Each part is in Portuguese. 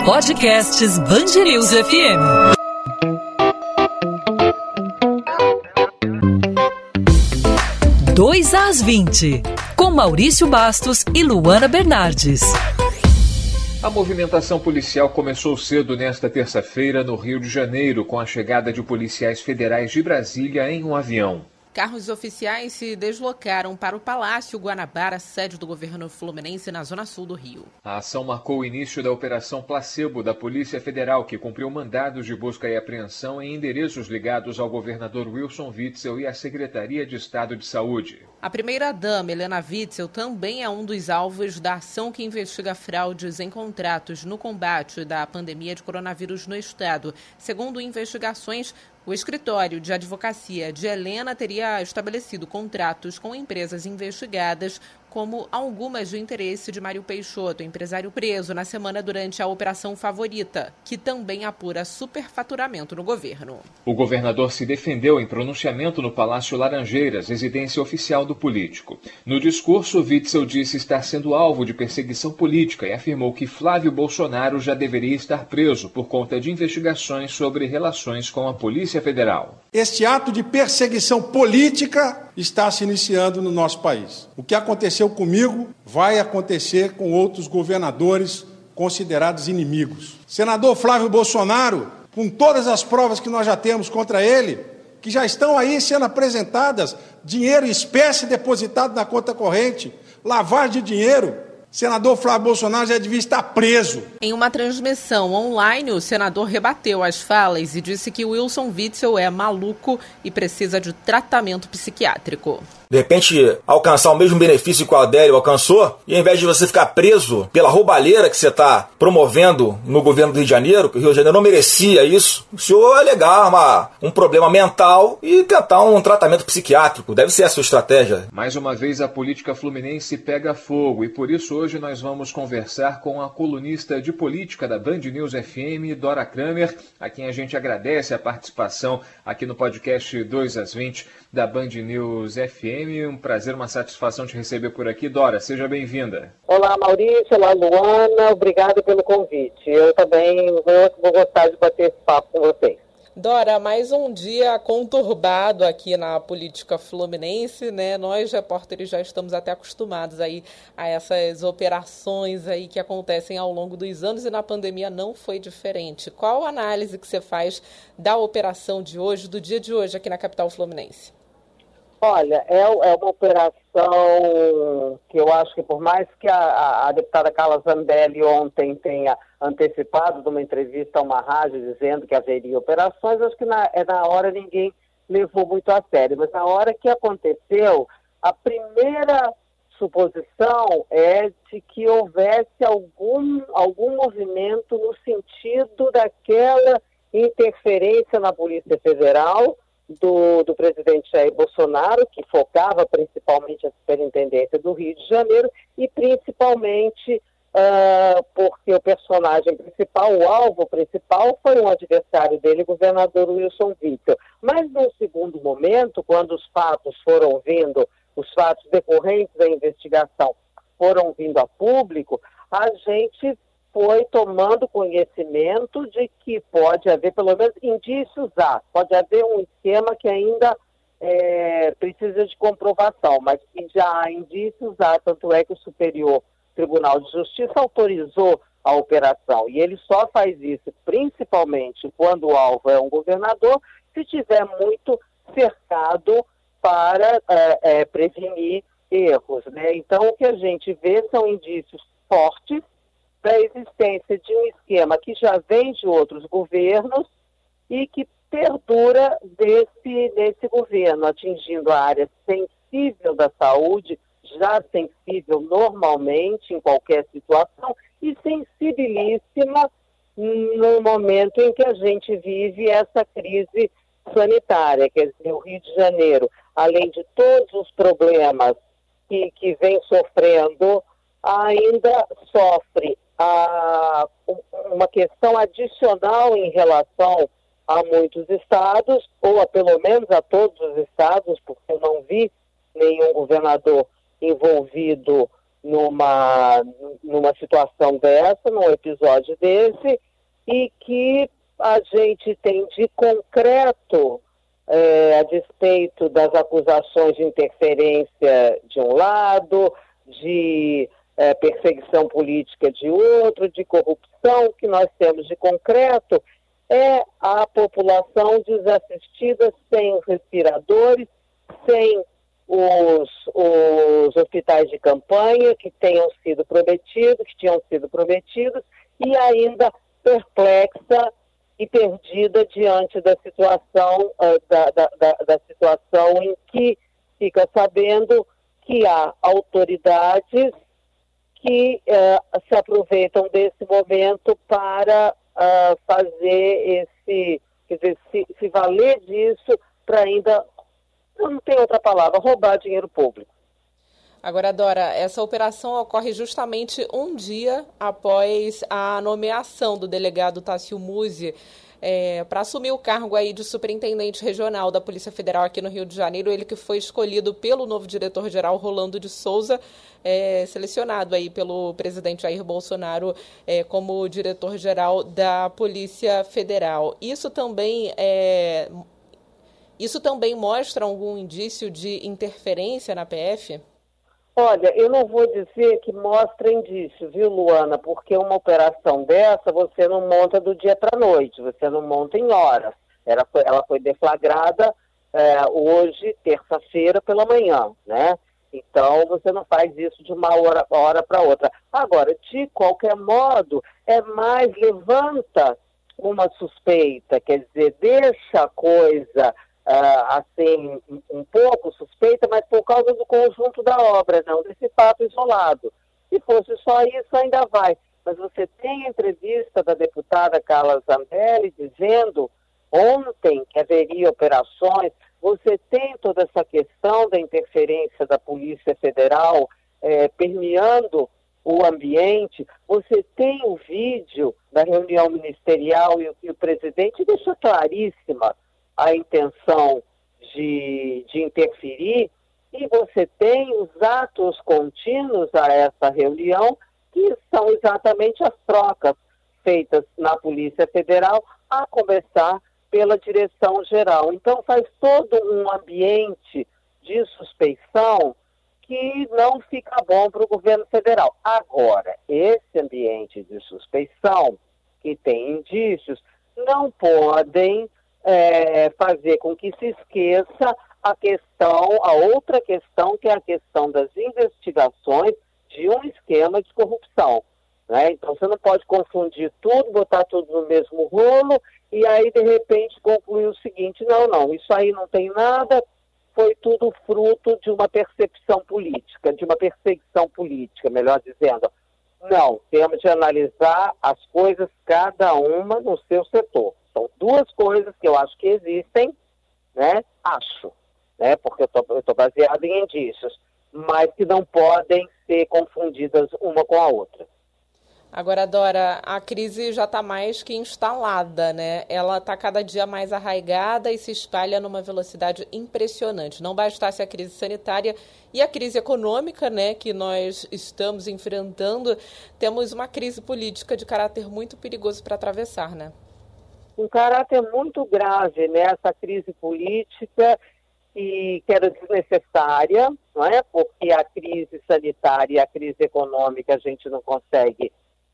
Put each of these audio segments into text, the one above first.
Podcasts BandNews FM. Dois às 20, com Maurício Bastos e Luana Bernardes. A movimentação policial começou cedo nesta terça-feira no Rio de Janeiro, com a chegada de policiais federais de Brasília em um avião. Carros oficiais se deslocaram para o Palácio Guanabara, sede do governo fluminense na zona sul do Rio. A ação marcou o início da Operação Placebo da Polícia Federal, que cumpriu mandados de busca e apreensão em endereços ligados ao governador Wilson Witzel e à Secretaria de Estado de Saúde. A primeira-dama, Helena Witzel, também é um dos alvos da ação que investiga fraudes em contratos no combate da pandemia de coronavírus no estado. Segundo investigações, o escritório de advocacia de Helena teria estabelecido contratos com empresas investigadas, como algumas de interesse de Mário Peixoto, empresário preso na semana durante a Operação Favorita, que também apura superfaturamento no governo. O governador se defendeu em pronunciamento no Palácio Laranjeiras, residência oficial do político. No discurso, Witzel disse estar sendo alvo de perseguição política e afirmou que Flávio Bolsonaro já deveria estar preso por conta de investigações sobre relações com a Polícia Federal. Este ato de perseguição política está se iniciando no nosso país. O que aconteceu comigo vai acontecer com outros governadores considerados inimigos. Senador Flávio Bolsonaro, com todas as provas que nós já temos contra ele, que já estão aí sendo apresentadas, dinheiro em espécie depositado na conta corrente, lavagem de dinheiro, senador Flávio Bolsonaro já devia estar preso. Em uma transmissão online, o senador rebateu as falas e disse que Wilson Witzel é maluco e precisa de tratamento psiquiátrico. De repente, alcançar o mesmo benefício que o Adélio alcançou, e ao invés de você ficar preso pela roubalheira que você está promovendo no governo do Rio de Janeiro, que o Rio de Janeiro não merecia isso, o senhor alegar um problema mental e tentar um tratamento psiquiátrico. Deve ser a sua estratégia. Mais uma vez, a política fluminense pega fogo, e por isso hoje nós vamos conversar com a colunista de política da Band News FM, Dora Kramer, a quem a gente agradece a participação aqui no podcast 2 às 20 da Band News FM. Um prazer, uma satisfação te receber por aqui. Dora, seja bem-vinda. Olá, Maurício. Olá, Luana. Obrigada pelo convite. Eu também vou gostar de bater esse papo com vocês. Dora, mais um dia conturbado aqui na política fluminense, né? Nós, repórteres, já estamos até acostumados aí a essas operações aí que acontecem ao longo dos anos e na pandemia não foi diferente. Qual a análise que você faz da operação de hoje, do dia de hoje aqui na capital fluminense? Olha, é uma operação que eu acho que por mais que a deputada Carla Zambelli ontem tenha antecipado numa entrevista a uma rádio dizendo que haveria operações, acho que na hora ninguém levou muito a sério. Mas na hora que aconteceu, a primeira suposição é de que houvesse algum movimento no sentido daquela interferência na Polícia Federal do presidente Jair Bolsonaro, que focava principalmente a superintendência do Rio de Janeiro e principalmente porque o personagem principal, o alvo principal, foi um adversário dele, o governador Wilson Witzel. Mas num segundo momento, quando os fatos foram vindo, os fatos decorrentes da investigação foram vindo a público, a gente foi tomando conhecimento de que pode haver, pelo menos, indícios pode haver um esquema que ainda precisa de comprovação, mas que já há indícios tanto é que o Superior Tribunal de Justiça autorizou a operação, e ele só faz isso, principalmente quando o alvo é um governador, se tiver muito cercado para prevenir erros, né? Então, o que a gente vê são indícios fortes da existência de um esquema que já vem de outros governos e que perdura desse governo, atingindo a área sensível da saúde, já sensível normalmente em qualquer situação e sensibilíssima no momento em que a gente vive essa crise sanitária. Quer dizer, o Rio de Janeiro, além de todos os problemas que vem sofrendo, ainda sofre uma questão adicional em relação a muitos estados, ou pelo menos a todos os estados, porque eu não vi nenhum governador envolvido numa situação dessa, num episódio desse, e que a gente tem de concreto, a despeito das acusações de interferência de um lado, de perseguição política de outro, de corrupção, que nós temos de concreto é a população desassistida, sem respiradores, sem os hospitais de campanha que tinham sido prometidos, e ainda perplexa e perdida diante da situação, da situação em que fica sabendo que há autoridades que se aproveitam desse momento para fazer se valer disso para ainda, não tem outra palavra, roubar dinheiro público. Agora, Dora, essa operação ocorre justamente um dia após a nomeação do delegado Tássio Musi para assumir o cargo aí de superintendente regional da Polícia Federal aqui no Rio de Janeiro, ele que foi escolhido pelo novo diretor-geral Rolando de Souza, selecionado aí pelo presidente Jair Bolsonaro como diretor-geral da Polícia Federal. Isso também mostra algum indício de interferência na PF? Olha, eu não vou dizer que mostra indício, viu, Luana? Porque uma operação dessa você não monta do dia para a noite, você não monta em horas. Ela foi deflagrada hoje, terça-feira, pela manhã, né? Então, você não faz isso de uma hora para outra. Agora, de qualquer modo, levanta uma suspeita, quer dizer, deixa a coisa assim, um pouco suspeita, mas por causa do conjunto da obra, não desse fato isolado. Se fosse só isso, ainda vai. Mas você tem a entrevista da deputada Carla Zambelli dizendo ontem que haveria operações, você tem toda essa questão da interferência da Polícia Federal permeando o ambiente, você tem o vídeo da reunião ministerial e o presidente deixa claríssima a intenção de interferir, e você tem os atos contínuos a essa reunião, que são exatamente as trocas feitas na Polícia Federal, a começar pela direção geral. Então faz todo um ambiente de suspeição que não fica bom para o governo federal. Agora, esse ambiente de suspeição, que tem indícios, não podem fazer com que se esqueça a outra questão, que é a questão das investigações de um esquema de corrupção, né? Então você não pode confundir tudo, botar tudo no mesmo rolo e aí de repente concluir o seguinte: não, isso aí não tem nada, foi tudo fruto de uma percepção política, de uma perseguição política, melhor dizendo. Não, temos de analisar as coisas, cada uma no seu setor. São duas coisas que eu acho que existem, né? Acho, né? Porque eu estou baseado em indícios, mas que não podem ser confundidas uma com a outra. Agora, Dora, a crise já está mais que instalada, né? Ela está cada dia mais arraigada e se espalha numa velocidade impressionante. Não bastasse a crise sanitária e a crise econômica, né, que nós estamos enfrentando, temos uma crise política de caráter muito perigoso para atravessar, né? Um caráter muito grave nessa crise política e que era desnecessária, não é? Porque a crise sanitária e a crise econômica a gente não consegue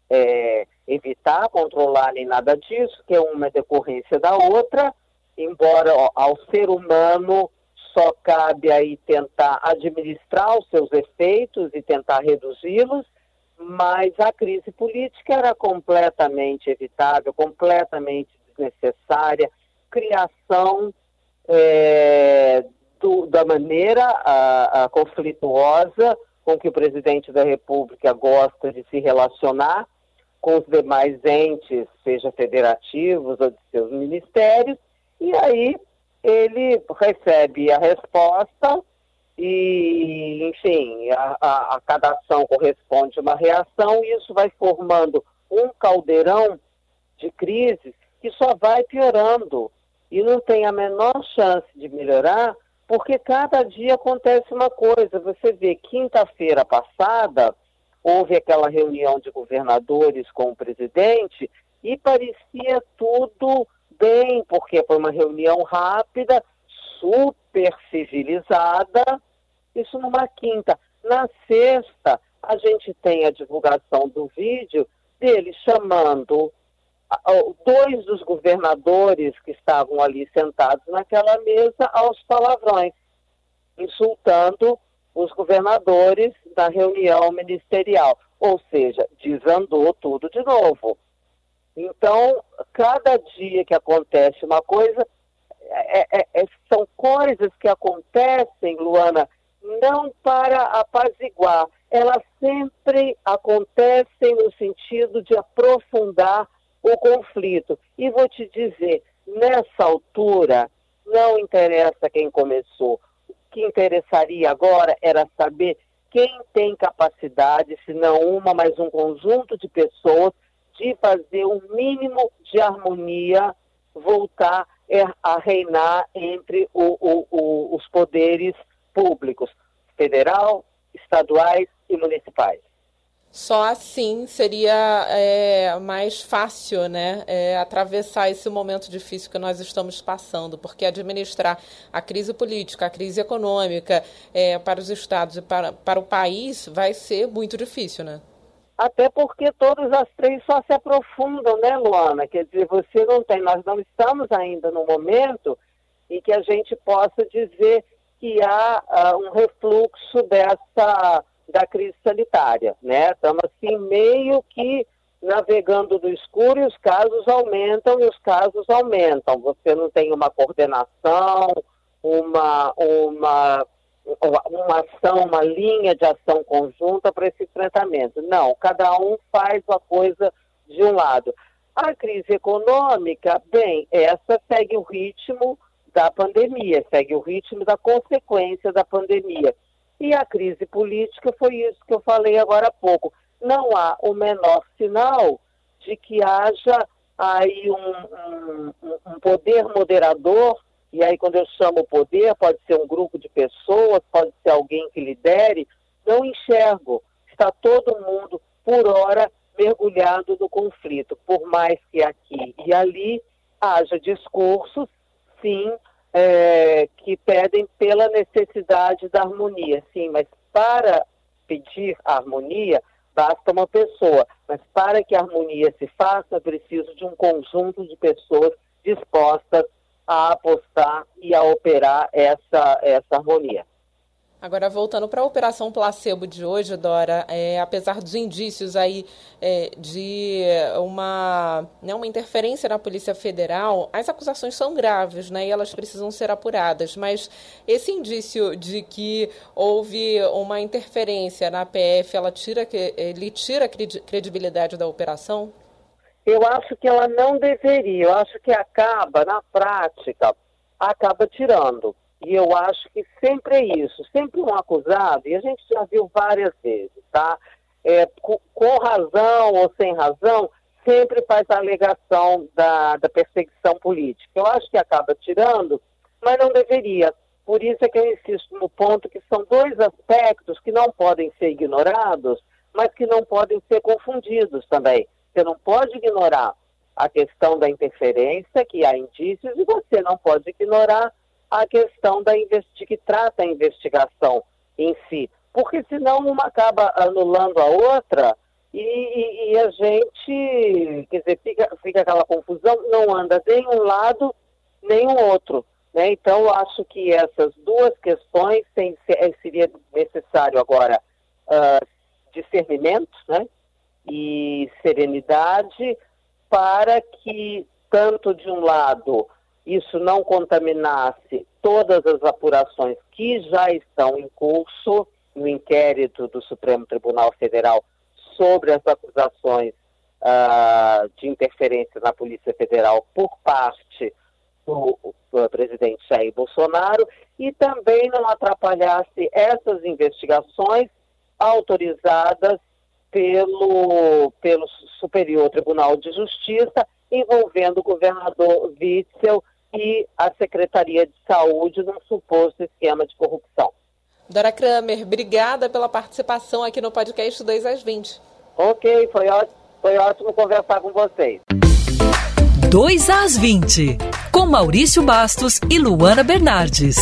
evitar, controlar nem nada disso, que é uma decorrência da outra, embora ao ser humano só cabe aí tentar administrar os seus efeitos e tentar reduzi-los, mas a crise política era completamente evitável, completamente desnecessária, criação da maneira conflituosa com que o presidente da República gosta de se relacionar com os demais entes, seja federativos ou de seus ministérios, e aí ele recebe a resposta e, enfim, a cada ação corresponde uma reação, e isso vai formando um caldeirão de crises que só vai piorando e não tem a menor chance de melhorar, porque cada dia acontece uma coisa. Você vê, quinta-feira passada, houve aquela reunião de governadores com o presidente e parecia tudo bem, porque foi uma reunião rápida, super civilizada, isso numa quinta. Na sexta, a gente tem a divulgação do vídeo dele chamando 2 dos governadores que estavam ali sentados naquela mesa aos palavrões, insultando os governadores da reunião ministerial. Ou seja, desandou tudo de novo. Então, cada dia que acontece uma coisa, são coisas que acontecem, Luana, não para apaziguar. Elas sempre acontecem no sentido de aprofundar o conflito. E vou te dizer, nessa altura, não interessa quem começou. O que interessaria agora era saber quem tem capacidade, se não uma, mas um conjunto de pessoas, de fazer o mínimo de harmonia, voltar a reinar entre os poderes públicos, federal, estaduais e municipais. Só assim seria mais fácil, né, atravessar esse momento difícil que nós estamos passando, porque administrar a crise política, a crise econômica para os estados e para o país vai ser muito difícil, né? Até porque todas as 3 só se aprofundam, né, Luana? Quer dizer, nós não estamos ainda no momento em que a gente possa dizer que há um refluxo da crise sanitária, né? Estamos assim meio que navegando no escuro e os casos aumentam Você não tem uma coordenação, uma ação, uma linha de ação conjunta para esse enfrentamento. Não, cada um faz a coisa de um lado. A crise econômica, bem, essa segue o ritmo da pandemia, segue o ritmo da consequência da pandemia. E a crise política foi isso que eu falei agora há pouco. Não há o menor sinal de que haja aí um poder moderador, e aí quando eu chamo poder, pode ser um grupo de pessoas, pode ser alguém que lidere, não enxergo. Está todo mundo, por hora, mergulhado no conflito, por mais que aqui e ali haja discursos, sim, que pedem pela necessidade da harmonia. Sim, mas para pedir a harmonia, basta uma pessoa. Mas para que a harmonia se faça, é preciso de um conjunto de pessoas dispostas a apostar e a operar essa harmonia. Agora, voltando para a Operação Placebo de hoje, Dora, apesar dos indícios aí de uma interferência na Polícia Federal, as acusações são graves, né, e elas precisam ser apuradas. Mas esse indício de que houve uma interferência na PF, ele tira a credibilidade da operação? Eu acho que ela não deveria. Eu acho que na prática, acaba tirando. E eu acho que sempre é isso, sempre um acusado, e a gente já viu várias vezes, tá? Com razão ou sem razão, sempre faz a alegação da perseguição política. Eu acho que acaba tirando, mas não deveria. Por isso é que eu insisto no ponto que são 2 aspectos que não podem ser ignorados, mas que não podem ser confundidos também. Você não pode ignorar a questão da interferência, que há indícios, e você não pode ignorar a questão que trata a investigação em si, porque senão uma acaba anulando a outra e a gente, quer dizer, fica aquela confusão, não anda nem um lado nem o outro, né? Então, eu acho que essas 2 questões seria necessário agora discernimento, né? E serenidade para que, tanto de um lado, isso não contaminasse todas as apurações que já estão em curso no inquérito do Supremo Tribunal Federal sobre as acusações de interferência na Polícia Federal por parte do presidente Jair Bolsonaro, e também não atrapalhasse essas investigações autorizadas pelo Superior Tribunal de Justiça, envolvendo o governador Witzel e a Secretaria de Saúde num suposto esquema de corrupção. Dora Kramer, obrigada pela participação aqui no podcast 2 às 20. Ok, foi ótimo conversar com vocês. 2 às 20, com Maurício Bastos e Luana Bernardes.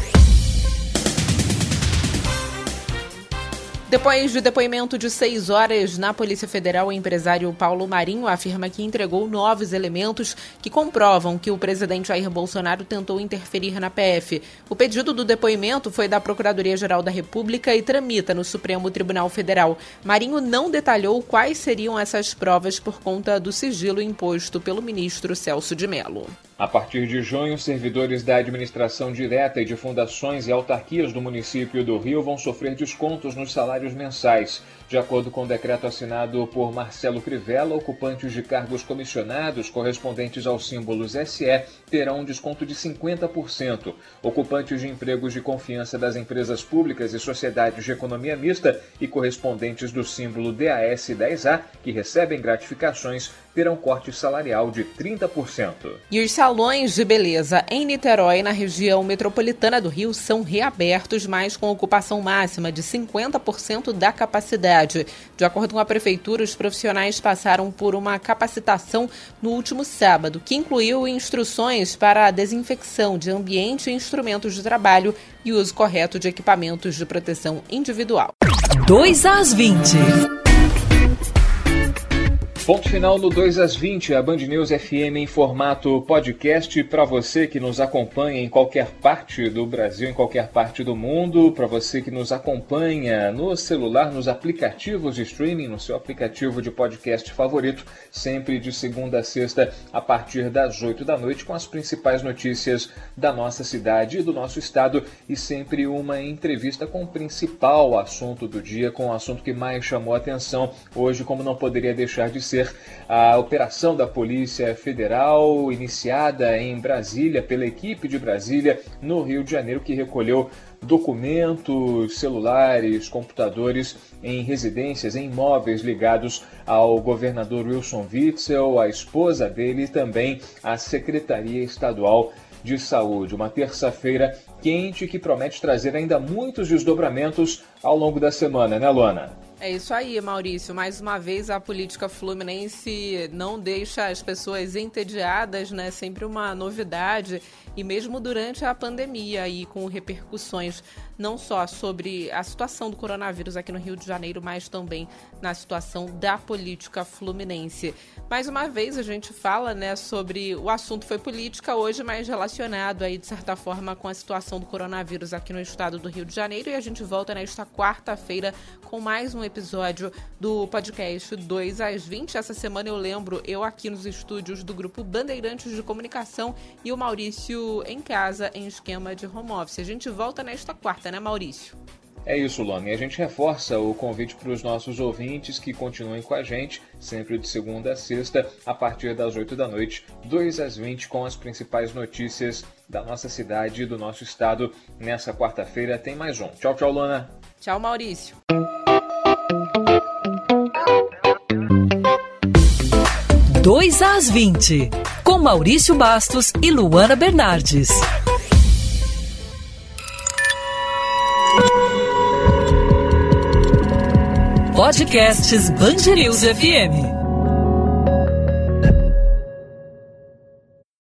Depois do depoimento de 6 horas na Polícia Federal, o empresário Paulo Marinho afirma que entregou novos elementos que comprovam que o presidente Jair Bolsonaro tentou interferir na PF. O pedido do depoimento foi da Procuradoria-Geral da República e tramita no Supremo Tribunal Federal. Marinho não detalhou quais seriam essas provas por conta do sigilo imposto pelo ministro Celso de Mello. A partir de junho, servidores da administração direta e de fundações e autarquias do município do Rio vão sofrer descontos nos salários mensais. De acordo com o decreto assinado por Marcelo Crivella, ocupantes de cargos comissionados correspondentes aos símbolos SE terão um desconto de 50%. Ocupantes de empregos de confiança das empresas públicas e sociedades de economia mista e correspondentes do símbolo DAS 10A, que recebem gratificações, terão corte salarial de 30%. E os salões de beleza em Niterói, na região metropolitana do Rio, são reabertos, mas com ocupação máxima de 50% da capacidade. De acordo com a Prefeitura, os profissionais passaram por uma capacitação no último sábado, que incluiu instruções para a desinfecção de ambiente e instrumentos de trabalho e uso correto de equipamentos de proteção individual. 2 às 20. Ponto final no 2 às 20, a Band News FM em formato podcast para você que nos acompanha em qualquer parte do Brasil, em qualquer parte do mundo, para você que nos acompanha no celular, nos aplicativos de streaming, no seu aplicativo de podcast favorito, sempre de segunda a sexta, a partir das 8 da noite, com as principais notícias da nossa cidade e do nosso estado e sempre uma entrevista com o principal assunto do dia, com o assunto que mais chamou a atenção hoje, como não poderia deixar de ser a operação da Polícia Federal, iniciada em Brasília, pela equipe de Brasília, no Rio de Janeiro, que recolheu documentos, celulares, computadores em residências, em imóveis ligados ao governador Wilson Witzel, à esposa dele e também à Secretaria Estadual de Saúde. Uma terça-feira quente que promete trazer ainda muitos desdobramentos ao longo da semana, né, Luana? É isso aí, Maurício. Mais uma vez, a política fluminense não deixa as pessoas entediadas, né? Sempre uma novidade. E mesmo durante a pandemia e com repercussões não só sobre a situação do coronavírus aqui no Rio de Janeiro, mas também na situação da política fluminense. Mais uma vez a gente fala, né, sobre o assunto foi política hoje, mas relacionado aí de certa forma com a situação do coronavírus aqui no estado do Rio de Janeiro, e a gente volta nesta quarta-feira com mais um episódio do podcast 2 às 20. Essa semana eu lembro, eu aqui nos estúdios do Grupo Bandeirantes de Comunicação e o Maurício em casa em esquema de home office. A gente volta nesta quarta, né, Maurício? É isso, Luana. E a gente reforça o convite para os nossos ouvintes que continuem com a gente, sempre de segunda a sexta, a partir das 8 da noite, 2 às 20, com as principais notícias da nossa cidade e do nosso estado. Nessa quarta-feira tem mais um. Tchau, tchau, Luana. Tchau, Maurício. Dois às 20, com Maurício Bastos e Luana Bernardes. Podcasts Band News FM.